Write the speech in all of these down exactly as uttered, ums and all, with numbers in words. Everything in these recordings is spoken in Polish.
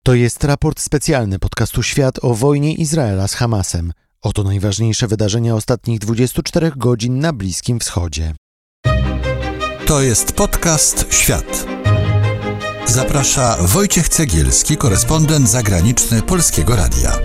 To jest raport specjalny podcastu Świat o wojnie Izraela z Hamasem. Oto najważniejsze wydarzenia ostatnich dwudziestu czterech godzin na Bliskim Wschodzie. To jest podcast Świat. Zaprasza Wojciech Cegielski, korespondent zagraniczny Polskiego Radia.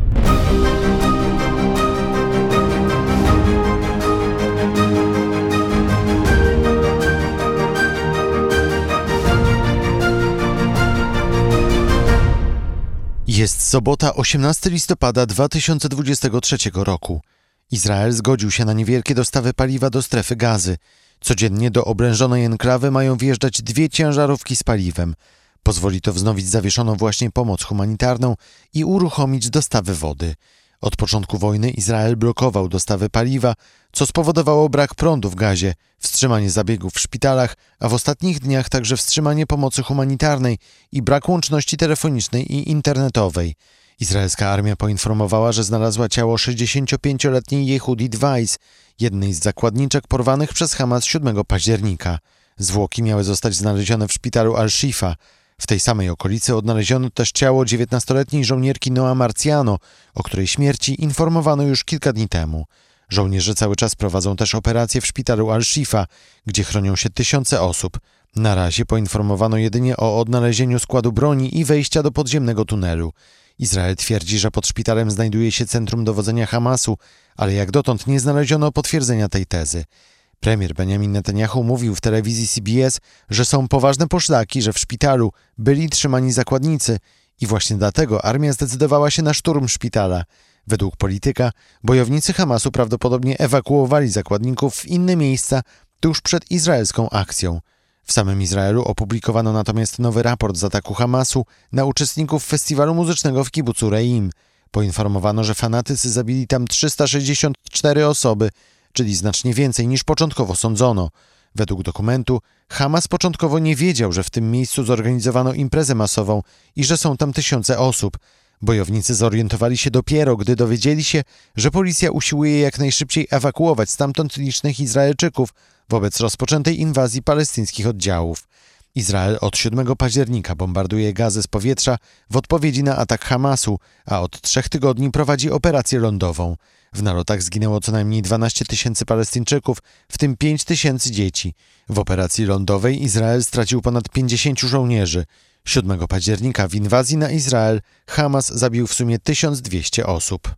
Jest sobota, osiemnastego listopada dwa tysiące dwudziestego trzeciego roku. Izrael zgodził się na niewielkie dostawy paliwa do strefy Gazy. Codziennie do obrężonej enklawy mają wjeżdżać dwie ciężarówki z paliwem. Pozwoli to wznowić zawieszoną właśnie pomoc humanitarną i uruchomić dostawy wody. Od początku wojny Izrael blokował dostawy paliwa, co spowodowało brak prądu w Gazie, wstrzymanie zabiegów w szpitalach, a w ostatnich dniach także wstrzymanie pomocy humanitarnej i brak łączności telefonicznej i internetowej. Izraelska armia poinformowała, że znalazła ciało sześćdziesięciopięcioletniej Yehudit Weiss, jednej z zakładniczek porwanych przez Hamas siódmego października. Zwłoki miały zostać znalezione w szpitalu Al-Shifa. W tej samej okolicy odnaleziono też ciało dziewiętnastoletniej żołnierki Noa Marciano, o której śmierci informowano już kilka dni temu. Żołnierze cały czas prowadzą też operacje w szpitalu Al-Shifa, gdzie chronią się tysiące osób. Na razie poinformowano jedynie o odnalezieniu składu broni i wejścia do podziemnego tunelu. Izrael twierdzi, że pod szpitalem znajduje się centrum dowodzenia Hamasu, ale jak dotąd nie znaleziono potwierdzenia tej tezy. Premier Benjamin Netanyahu mówił w telewizji C B S, że są poważne poszlaki, że w szpitalu byli trzymani zakładnicy i właśnie dlatego armia zdecydowała się na szturm szpitala. Według polityka bojownicy Hamasu prawdopodobnie ewakuowali zakładników w inne miejsca tuż przed izraelską akcją. W samym Izraelu opublikowano natomiast nowy raport z ataku Hamasu na uczestników festiwalu muzycznego w kibucu Reim. Poinformowano, że fanatycy zabili tam trzysta sześćdziesiąt cztery osoby, czyli znacznie więcej niż początkowo sądzono. Według dokumentu Hamas początkowo nie wiedział, że w tym miejscu zorganizowano imprezę masową i że są tam tysiące osób. Bojownicy zorientowali się dopiero, gdy dowiedzieli się, że policja usiłuje jak najszybciej ewakuować stamtąd licznych Izraelczyków wobec rozpoczętej inwazji palestyńskich oddziałów. Izrael od siódmego października bombarduje Gazę z powietrza w odpowiedzi na atak Hamasu, a od trzech tygodni prowadzi operację lądową. W nalotach zginęło co najmniej dwanaście tysięcy Palestyńczyków, w tym pięć tysięcy dzieci. W operacji lądowej Izrael stracił ponad pięćdziesięciu żołnierzy. siódmego października w inwazji na Izrael Hamas zabił w sumie tysiąc dwieście osób.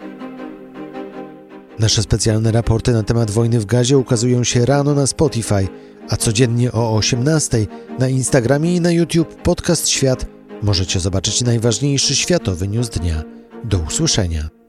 Nasze specjalne raporty na temat wojny w Gazie ukazują się rano na Spotify, a codziennie o osiemnastej na Instagramie i na YouTube podcast Świat możecie zobaczyć najważniejszy światowy news dnia. Do usłyszenia.